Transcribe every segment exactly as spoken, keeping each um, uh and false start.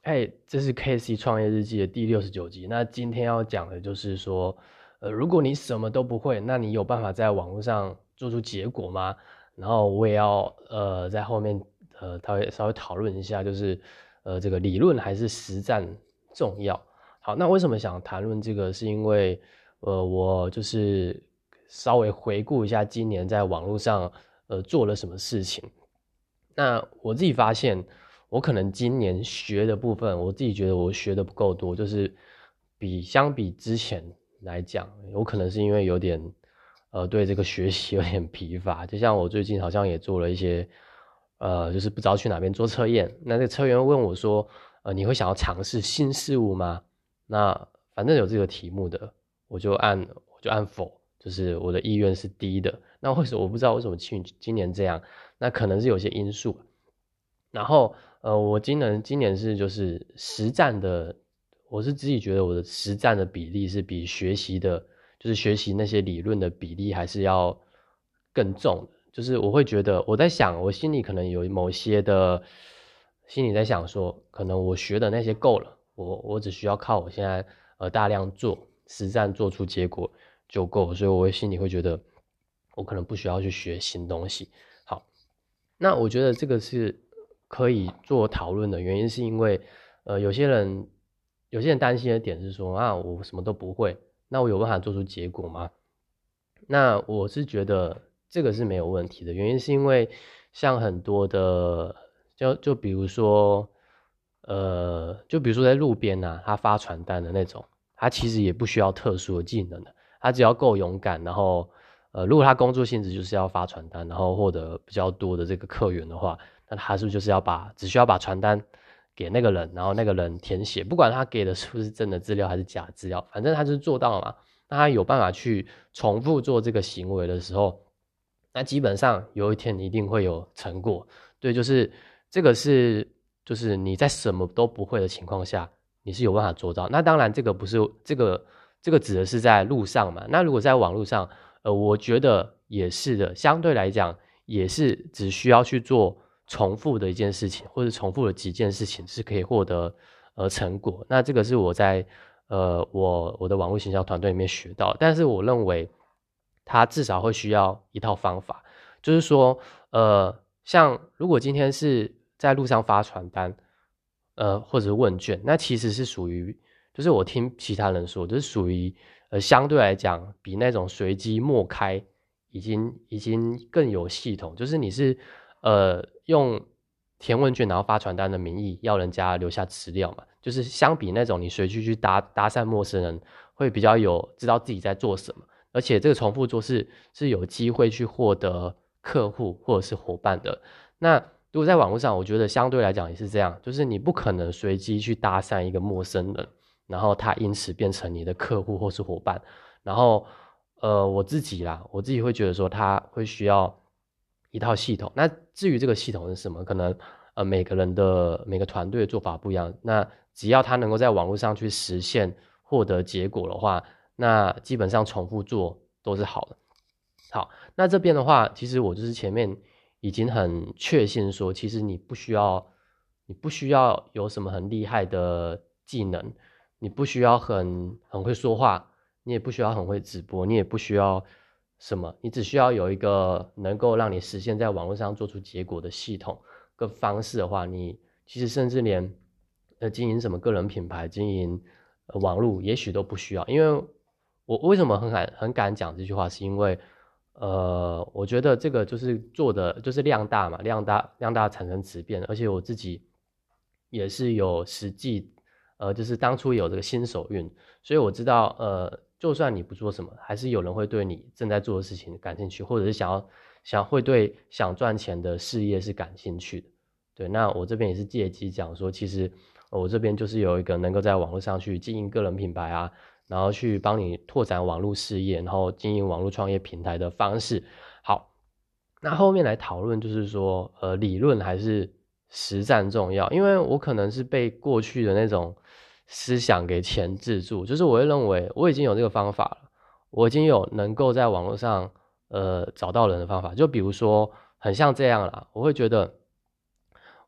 嘿，这是 K C 创业日记的第六十九集。那今天要讲的就是说，呃，如果你什么都不会，那你有办法在网络上做出结果吗？然后我也要呃在后面呃他会稍微讨论一下，就是呃这个理论还是实战重要。好，那为什么想谈论这个？是因为呃我就是稍微回顾一下今年在网络上呃做了什么事情。那我自己发现，我可能今年学的部分，我自己觉得我学的不够多，就是比相比之前来讲，有可能是因为有点呃对这个学习有点疲乏。就像我最近好像也做了一些呃，就是不知道去哪边做测验。那这个测验问我说，呃，你会想要尝试新事物吗？那反正有这个题目的，我就按我就按否，就是我的意愿是低的。那为什么我不知道为什么去今年这样？那可能是有些因素。然后呃，我今年今年是就是实战的，我是自己觉得我的实战的比例是比学习的，就是学习那些理论的比例还是要更重的。就是我会觉得我在想，我心里可能有某些的，心里在想说，可能我学的那些够了，我我只需要靠我现在呃大量做实战做出结果就够，所以我会心里会觉得，我可能不需要去学新东西。好，那我觉得这个是可以做讨论的原因，是因为呃有些人有些人担心的点是说啊，我什么都不会，那我有办法做出结果吗？那我是觉得这个是没有问题的，原因是因为像很多的，就就比如说，呃，就比如说在路边啊，他发传单的那种，他其实也不需要特殊的技能的，他只要够勇敢，然后，呃，如果他工作性质就是要发传单，然后获得比较多的这个客源的话，那他是不是就是要把只需要把传单给那个人，然后那个人填写，不管他给的是不是真的资料还是假资料，反正他就是做到了嘛。那他有办法去重复做这个行为的时候，那基本上有一天你一定会有成果。对，就是这个是就是你在什么都不会的情况下，你是有办法做到。那当然这个不是这个这个指的是在路上嘛。那如果在网络上，呃，我觉得也是的，相对来讲也是只需要去做重复的一件事情，或者重复的几件事情是可以获得呃成果。那这个是我在呃我我的网络行销团队里面学到，但是我认为它至少会需要一套方法，就是说呃像如果今天是在路上发传单，呃或者是问卷，那其实是属于就是我听其他人说，就是属于呃相对来讲比那种随机默开已经已经更有系统，就是你是呃用填问卷然后发传单的名义要人家留下资料嘛，就是相比那种你随机去搭搭讪陌生人，会比较有知道自己在做什么，而且这个重复做事是有机会去获得客户或者是伙伴的。那如果在网络上，我觉得相对来讲也是这样，就是你不可能随机去搭讪一个陌生人，然后他因此变成你的客户或是伙伴。然后，呃，我自己啦，我自己会觉得说他会需要一套系统。那至于这个系统是什么，可能呃每个人的每个团队的做法不一样。那只要他能够在网络上去实现获得结果的话，那基本上重复做都是好的。好，那这边的话，其实我就是前面已经很确信说，其实你不需要，你不需要有什么很厉害的技能，你不需要很很会说话，你也不需要很会直播，你也不需要什么，你只需要有一个能够让你实现在网络上做出结果的系统跟方式的话，你其实甚至连呃经营什么个人品牌、经营、呃、网络，也许都不需要。因为我为什么很敢很敢讲这句话，是因为呃，我觉得这个就是做的就是量大嘛，量大量大产生质变，而且我自己也是有实际，呃，就是当初有这个新手运，所以我知道，呃，就算你不做什么，还是有人会对你正在做的事情感兴趣，或者是想要想会对想赚钱的事业是感兴趣的。对，那我这边也是借机讲说，其实我这边就是有一个能够在网络上去经营个人品牌啊，然后去帮你拓展网络事业，然后经营网络创业平台的方式。好，那后面来讨论就是说，呃，理论还是实战重要？因为我可能是被过去的那种思想给钳制住，就是我会认为我已经有这个方法了，我已经有能够在网络上呃找到人的方法，就比如说很像这样啦，我会觉得。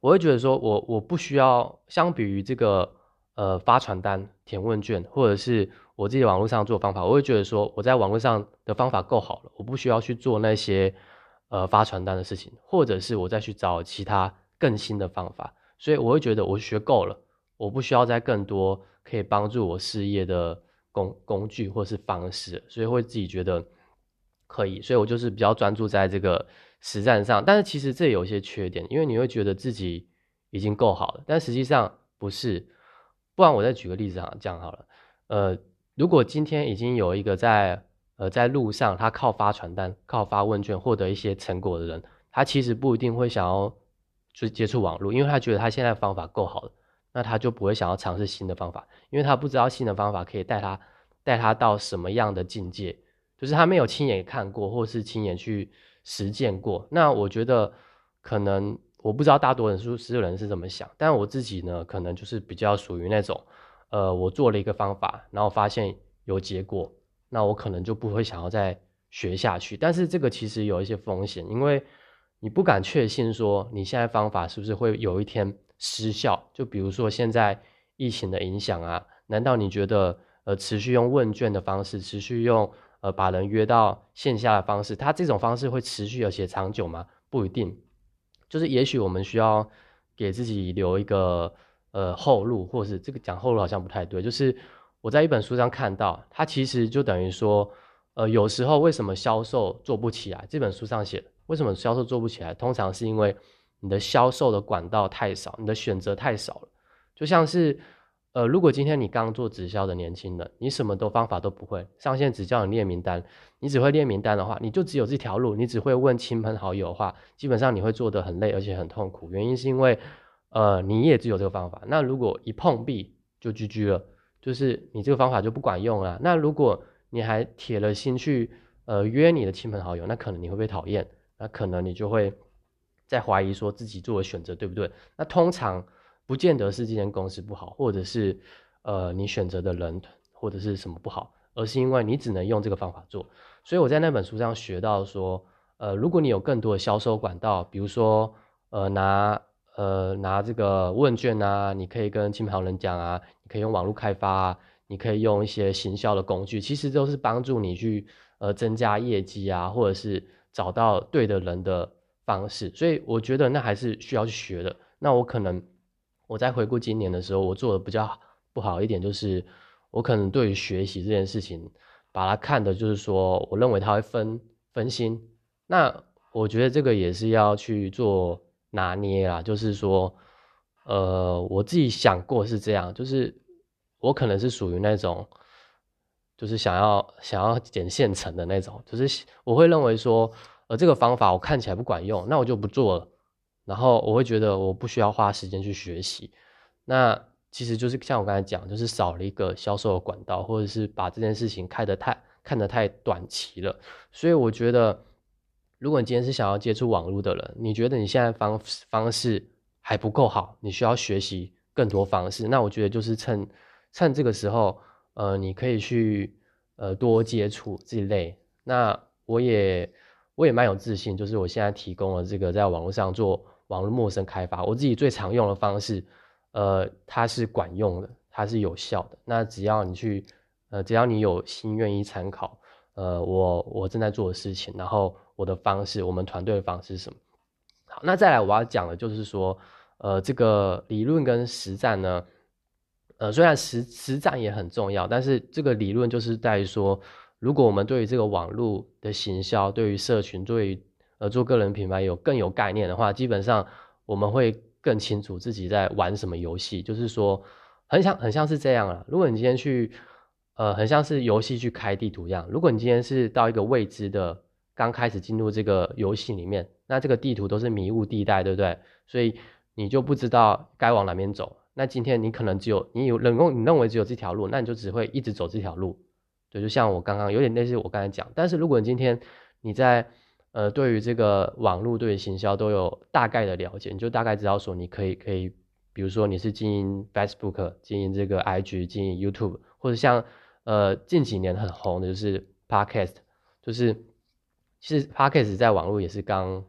我会觉得说我我不需要，相比于这个呃发传单、填问卷，或者是我自己网络上做方法，我会觉得说我在网络上的方法够好了，我不需要去做那些呃发传单的事情，或者是我再去找其他更新的方法，所以我会觉得我学够了，我不需要再更多可以帮助我事业的工工具或是方式，所以会自己觉得可以，所以我就是比较专注在这个实战上，但是其实这有一些缺点，因为你会觉得自己已经够好了，但实际上不是。不然我再举个例子讲好了，呃，如果今天已经有一个在呃在路上他靠发传单、靠发问卷获得一些成果的人，他其实不一定会想要去接触网络，因为他觉得他现在的方法够好了，那他就不会想要尝试新的方法，因为他不知道新的方法可以带他带他到什么样的境界，就是他没有亲眼看过，或是亲眼去实践过。那我觉得可能我不知道大多数十人是怎么想，但我自己呢，可能就是比较属于那种，呃，我做了一个方法，然后发现有结果，那我可能就不会想要再学下去。但是这个其实有一些风险，因为你不敢确信说你现在方法是不是会有一天失效。就比如说现在疫情的影响啊，难道你觉得呃持续用问卷的方式，持续用呃把人约到线下的方式，它这种方式会持续而且长久吗？不一定。就是也许我们需要给自己留一个呃后路，或是这个讲后路好像不太对，就是我在一本书上看到，它其实就等于说，呃，有时候为什么销售做不起来？这本书上写的，为什么销售做不起来？通常是因为你的销售的管道太少，你的选择太少了。就像是，呃，如果今天你刚做直销的年轻人，你什么都方法都不会，上线只叫你列名单，你只会列名单的话，你就只有这条路，你只会问亲朋好友的话，基本上你会做得很累，而且很痛苦。原因是因为，呃，你也只有这个方法。那如果一碰壁就 G G 了，就是你这个方法就不管用了。那如果你还铁了心去，呃，约你的亲朋好友，那可能你会被讨厌，那可能你就会在怀疑说自己做的选择对不对。那通常不见得是这间公司不好，或者是呃你选择的人或者是什么不好，而是因为你只能用这个方法做。所以我在那本书上学到说，呃，如果你有更多的销售管道，比如说呃拿呃拿这个问卷啊，你可以跟亲朋好友讲啊，你可以用网络开发啊，你可以用一些行销的工具，其实都是帮助你去呃增加业绩啊，或者是找到对的人的方式。所以我觉得那还是需要去学的。那我可能我在回顾今年的时候，我做的比较不好一点，就是我可能对于学习这件事情，把它看的就是说，我认为它会分分心。那我觉得这个也是要去做拿捏啦，就是说，呃，我自己想过是这样，就是我可能是属于那种，就是想要想要捡现成的那种，就是我会认为说，呃，这个方法我看起来不管用，那我就不做了。然后我会觉得我不需要花时间去学习，那其实就是像我刚才讲，就是少了一个销售的管道，或者是把这件事情看得太看得太短期了。所以我觉得，如果你今天是想要接触网络的人，你觉得你现在方方式还不够好，你需要学习更多方式，那我觉得就是趁趁这个时候，呃，你可以去呃多接触这一类。那我也我也蛮有自信，就是我现在提供了这个在网络上做网络陌生开发，我自己最常用的方式，呃，它是管用的，它是有效的。那只要你去，呃，只要你有心愿意参考，呃，我我正在做的事情，然后我的方式，我们团队的方式是什么？好，那再来我要讲的就是说，呃，这个理论跟实战呢，呃，虽然实实战也很重要，但是这个理论就是在于说，如果我们对于这个网络的行销，对于社群，对于呃做个人品牌有更有概念的话，基本上我们会更清楚自己在玩什么游戏。就是说，很像很像是这样啦。如果你今天去，呃，很像是游戏去开地图一样。如果你今天是到一个未知的，刚开始进入这个游戏里面，那这个地图都是迷雾地带，对不对？所以你就不知道该往哪边走。那今天你可能只有你有认你认为只有这条路，那你就只会一直走这条路。对，就像我刚刚有点类似我刚才讲，但是如果你今天你在呃对于这个网络对于行销都有大概的了解，你就大概知道说你可以可以，比如说你是经营 Facebook、经营这个 I G、经营 YouTube， 或者像呃近几年很红的就是 Podcast， 就是其实 Podcast 在网络也是刚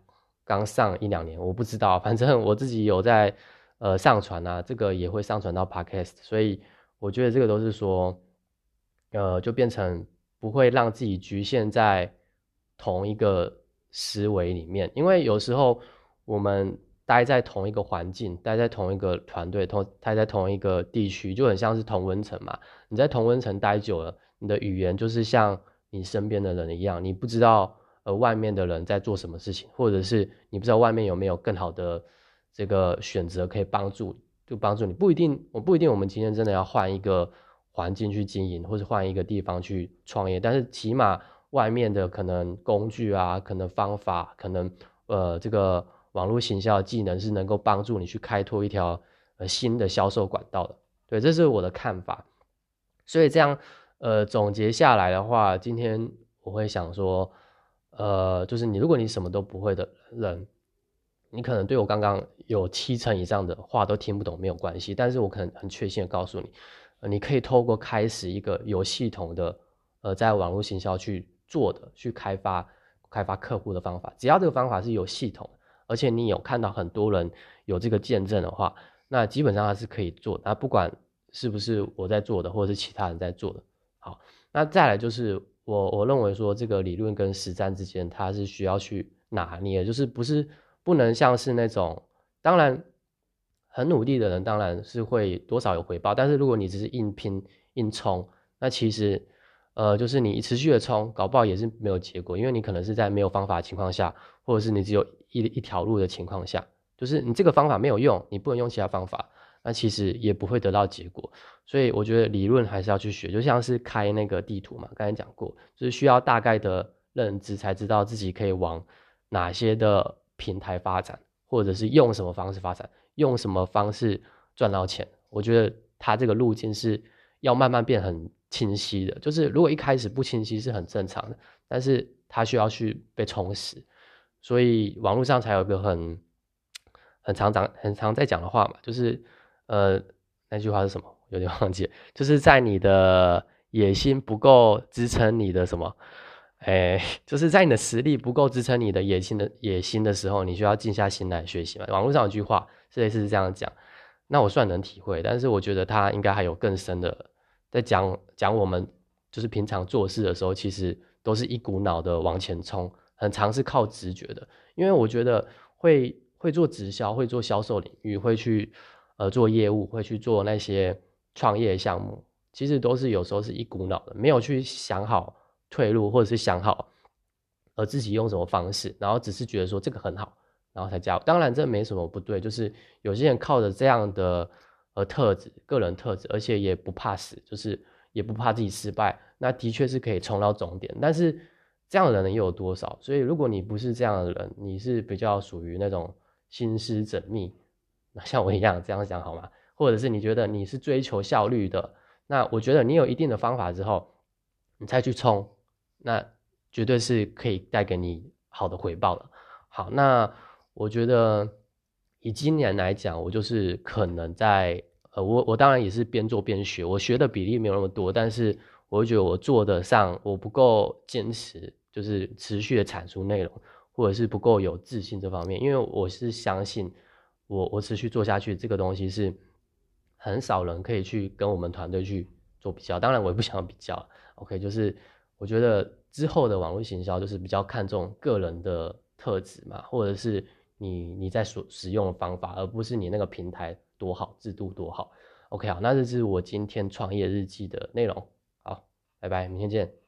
刚上一两年，我不知道，反正我自己有在呃上传啊，这个也会上传到 Podcast， 所以我觉得这个都是说，呃，就变成不会让自己局限在同一个思维里面，因为有时候我们待在同一个环境，待在同一个团队，同待在同一个地区，就很像是同温层嘛。你在同温层待久了，你的语言就是像你身边的人一样，你不知道呃外面的人在做什么事情，或者是你不知道外面有没有更好的这个选择可以帮助，就帮助你。不一定，我不一定我们今天真的要换一个环境去经营，或者换一个地方去创业，但是起码外面的可能工具啊，可能方法，可能呃这个网络行销的技能是能够帮助你去开拓一条呃新的销售管道的。对，这是我的看法。所以这样呃总结下来的话，今天我会想说，呃，就是你如果你什么都不会的人，你可能对我刚刚有七成以上的话都听不懂没有关系，但是我可能很确信的告诉你，呃，你可以透过开始一个有系统的呃在网络行销去做的，去开发开发客户的方法，只要这个方法是有系统的，而且你有看到很多人有这个见证的话，那基本上它是可以做的，那不管是不是我在做的，或者是其他人在做的。好，那再来就是我我认为说这个理论跟实战之间它是需要去拿捏的，就是不是不能像是那种，当然很努力的人当然是会多少有回报，但是如果你只是硬拼硬冲，那其实呃就是你持续的冲，搞不好也是没有结果，因为你可能是在没有方法的情况下，或者是你只有一一条路的情况下，就是你这个方法没有用，你不能用其他方法，那其实也不会得到结果。所以我觉得理论还是要去学，就像是开那个地图嘛，刚才讲过，就是需要大概的认知才知道自己可以往哪些的平台发展，或者是用什么方式发展，用什么方式赚到钱。我觉得它这个路径是要慢慢变很清晰的，就是如果一开始不清晰是很正常的，但是它需要去被充实。所以网络上才有一个很很常讲很常在讲的话嘛，就是呃那句话是什么？有点忘记了，就是在你的野心不够支撑你的什么，哎，就是在你的实力不够支撑你的野心的野心的时候，你需要静下心来学习嘛。网络上有句话是类似是这样讲，那我算能体会，但是我觉得他应该还有更深的，在讲讲我们就是平常做事的时候，其实都是一股脑的往前冲，很常是靠直觉的。因为我觉得会会做直销，会做销售领域，会去呃做业务，会去做那些创业项目，其实都是有时候是一股脑的，没有去想好退路，或者是想好呃自己用什么方式，然后只是觉得说这个很好，然后才加入。当然这没什么不对，就是有些人靠着这样的呃特质，个人特质，而且也不怕死，就是也不怕自己失败，那的确是可以冲到终点。但是这样的人又有多少？所以如果你不是这样的人，你是比较属于那种心思缜密，那像我一样这样讲好吗？或者是你觉得你是追求效率的，那我觉得你有一定的方法之后，你再去冲，那绝对是可以带给你好的回报的。好，那我觉得以今年来讲，我就是可能在呃，我我当然也是边做边学，我学的比例没有那么多，但是我会觉得我做得上，我不够坚持，就是持续的产出内容，或者是不够有自信这方面，因为我是相信我我持续做下去这个东西是很少人可以去跟我们团队去做比较，当然我也不想比较 OK， 就是我觉得之后的网络行销就是比较看重个人的特质嘛，或者是你你在所使用的方法，而不是你那个平台多好，制度多好。OK， 好，那这是我今天创业日记的内容。好，拜拜，明天见。